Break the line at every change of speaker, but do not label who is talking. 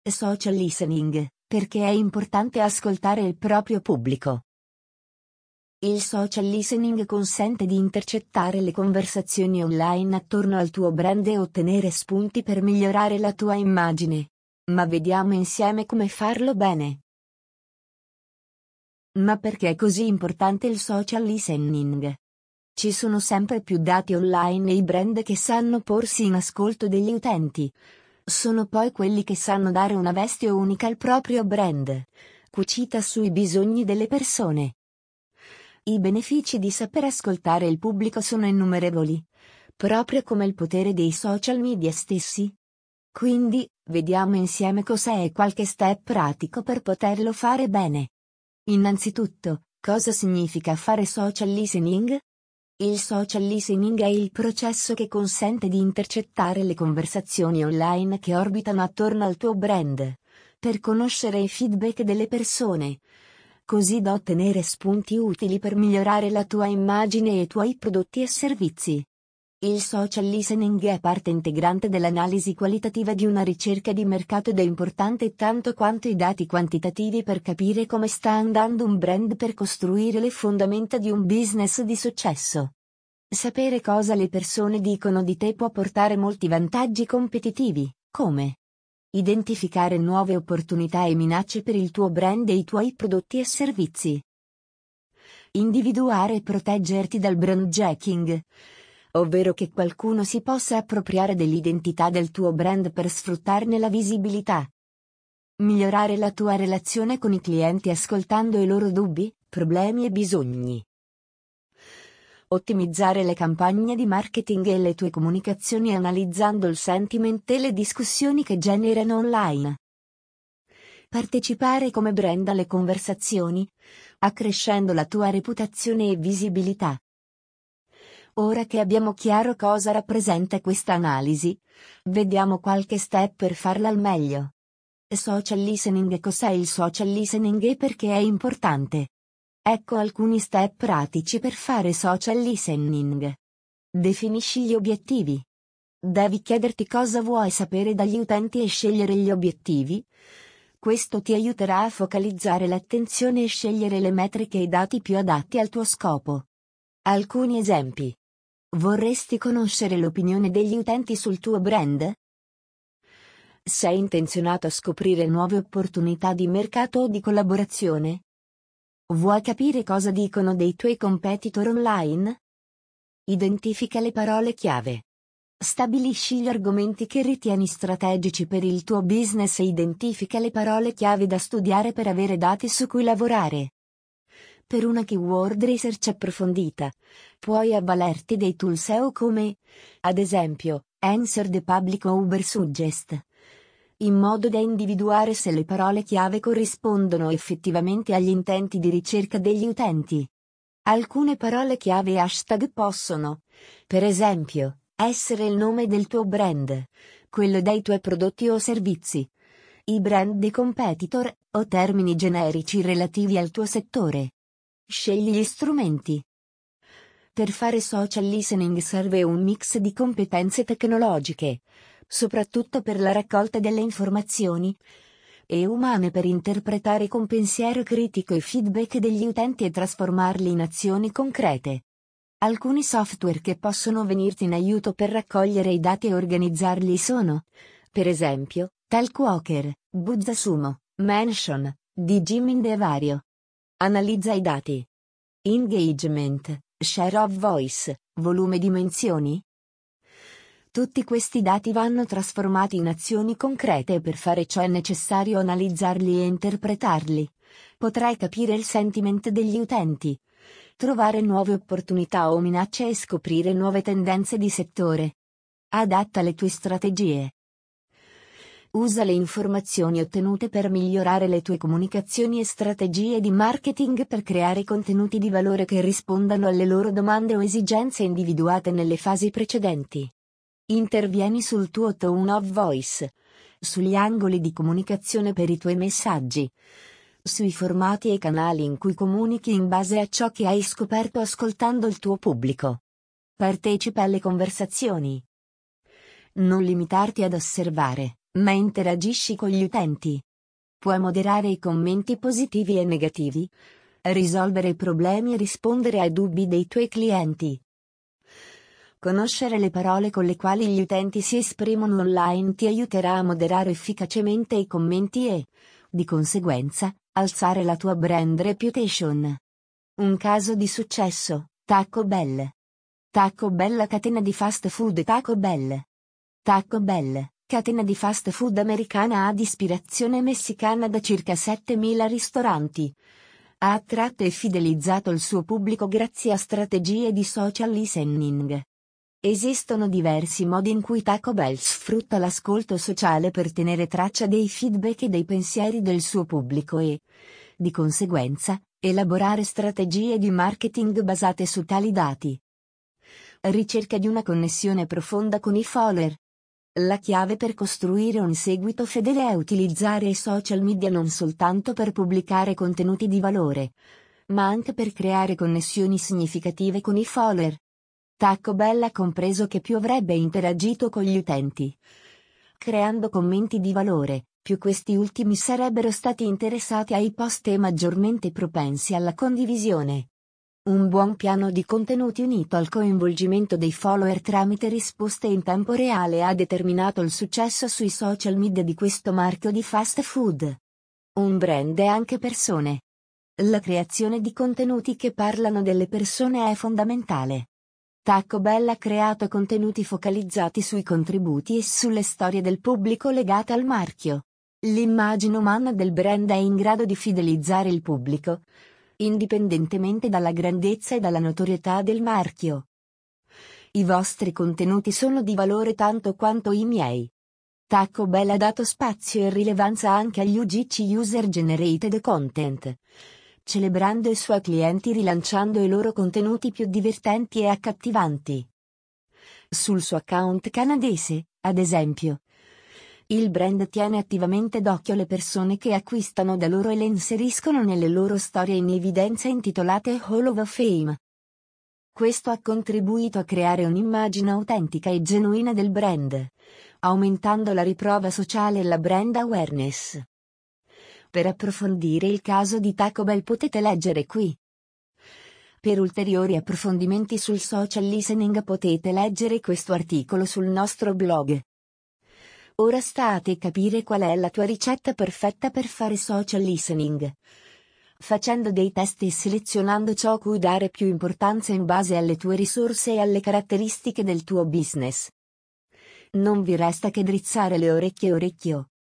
Social listening, perché è importante ascoltare il proprio pubblico. Il social listening consente di intercettare le conversazioni online attorno al tuo brand e ottenere spunti per migliorare la tua immagine. Ma vediamo insieme come farlo bene. Ma perché è così importante il social listening? Ci sono sempre più dati online e i brand che sanno porsi in ascolto degli utenti sono poi quelli che sanno dare una veste unica al proprio brand, cucita sui bisogni delle persone. I benefici di saper ascoltare il pubblico sono innumerevoli, proprio come il potere dei social media stessi. Quindi, vediamo insieme cos'è e qualche step pratico per poterlo fare bene. Innanzitutto, cosa significa fare social listening? Il social listening è il processo che consente di intercettare le conversazioni online che orbitano attorno al tuo brand, per conoscere i feedback delle persone, così da ottenere spunti utili per migliorare la tua immagine e i tuoi prodotti e servizi. Il social listening è parte integrante dell'analisi qualitativa di una ricerca di mercato ed è importante tanto quanto i dati quantitativi per capire come sta andando un brand per costruire le fondamenta di un business di successo. Sapere cosa le persone dicono di te può portare molti vantaggi competitivi, come identificare nuove opportunità e minacce per il tuo brand e i tuoi prodotti e servizi. Individuare e proteggerti dal brandjacking, ovvero che qualcuno si possa appropriare dell'identità del tuo brand per sfruttarne la visibilità. Migliorare la tua relazione con i clienti ascoltando i loro dubbi, problemi e bisogni. Ottimizzare le campagne di marketing e le tue comunicazioni analizzando il sentiment e le discussioni che generano online. Partecipare come brand alle conversazioni, accrescendo la tua reputazione e visibilità. Ora che abbiamo chiaro cosa rappresenta questa analisi, vediamo qualche step per farla al meglio. Social listening. Cos'è il social listening e perché è importante? Ecco alcuni step pratici per fare social listening. Definisci gli obiettivi. Devi chiederti cosa vuoi sapere dagli utenti e scegliere gli obiettivi. Questo ti aiuterà a focalizzare l'attenzione e scegliere le metriche e i dati più adatti al tuo scopo. Alcuni esempi. Vorresti conoscere l'opinione degli utenti sul tuo brand? Sei intenzionato a scoprire nuove opportunità di mercato o di collaborazione? Vuoi capire cosa dicono dei tuoi competitor online? Identifica le parole chiave. Stabilisci gli argomenti che ritieni strategici per il tuo business e identifica le parole chiave da studiare per avere dati su cui lavorare. Per una keyword research approfondita, puoi avvalerti dei tool SEO come, ad esempio, Answer the Public o Ubersuggest, in modo da individuare se le parole chiave corrispondono effettivamente agli intenti di ricerca degli utenti. Alcune parole chiave e hashtag possono, per esempio, essere il nome del tuo brand, quello dei tuoi prodotti o servizi, i brand dei competitor, o termini generici relativi al tuo settore. Scegli gli strumenti. Per fare social listening serve un mix di competenze tecnologiche, soprattutto per la raccolta delle informazioni, e umane per interpretare con pensiero critico i feedback degli utenti e trasformarli in azioni concrete. Alcuni software che possono venirti in aiuto per raccogliere i dati e organizzarli sono, per esempio, Talkwalker, Buzzasumo, Mention, Digimin e Vario. Analizza i dati. Engagement, share of voice, volume di menzioni. Tutti questi dati vanno trasformati in azioni concrete e per fare ciò è necessario analizzarli e interpretarli. Potrai capire il sentiment degli utenti, trovare nuove opportunità o minacce e scoprire nuove tendenze di settore. Adatta le tue strategie. Usa le informazioni ottenute per migliorare le tue comunicazioni e strategie di marketing per creare contenuti di valore che rispondano alle loro domande o esigenze individuate nelle fasi precedenti. Intervieni sul tuo tone of voice, sugli angoli di comunicazione per i tuoi messaggi, sui formati e canali in cui comunichi in base a ciò che hai scoperto ascoltando il tuo pubblico. Partecipa alle conversazioni. Non limitarti ad osservare, ma interagisci con gli utenti. Puoi moderare i commenti positivi e negativi, risolvere problemi e rispondere ai dubbi dei tuoi clienti. Conoscere le parole con le quali gli utenti si esprimono online ti aiuterà a moderare efficacemente i commenti e, di conseguenza, alzare la tua brand reputation. Un caso di successo: Taco Bell. Taco Bell, catena di fast food. Taco Bell, catena di fast food americana ad ispirazione messicana da circa 7.000 ristoranti. Ha attratto e fidelizzato il suo pubblico grazie a strategie di social listening. Esistono diversi modi in cui Taco Bell sfrutta l'ascolto sociale per tenere traccia dei feedback e dei pensieri del suo pubblico e, di conseguenza, elaborare strategie di marketing basate su tali dati. Ricerca di una connessione profonda con i follower. La chiave per costruire un seguito fedele è utilizzare i social media non soltanto per pubblicare contenuti di valore, ma anche per creare connessioni significative con i follower. Taco Bell ha compreso che più avrebbe interagito con gli utenti, creando commenti di valore, più questi ultimi sarebbero stati interessati ai post e maggiormente propensi alla condivisione. Un buon piano di contenuti unito al coinvolgimento dei follower tramite risposte in tempo reale ha determinato il successo sui social media di questo marchio di fast food. Un brand è anche persone. La creazione di contenuti che parlano delle persone è fondamentale. Taco Bell ha creato contenuti focalizzati sui contributi e sulle storie del pubblico legate al marchio. L'immagine umana del brand è in grado di fidelizzare il pubblico, indipendentemente dalla grandezza e dalla notorietà del marchio. I vostri contenuti sono di valore tanto quanto i miei. Taco Bell ha dato spazio e rilevanza anche agli UGC, User Generated Content, celebrando i suoi clienti rilanciando i loro contenuti più divertenti e accattivanti. Sul suo account canadese, ad esempio, il brand tiene attivamente d'occhio le persone che acquistano da loro e le inseriscono nelle loro storie in evidenza intitolate Hall of Fame. Questo ha contribuito a creare un'immagine autentica e genuina del brand, aumentando la riprova sociale e la brand awareness. Per approfondire il caso di Taco Bell potete leggere qui. Per ulteriori approfondimenti sul social listening potete leggere questo articolo sul nostro blog. Ora sta a te capire qual è la tua ricetta perfetta per fare social listening, facendo dei test e selezionando ciò a cui dare più importanza in base alle tue risorse e alle caratteristiche del tuo business. Non vi resta che drizzare le orecchie.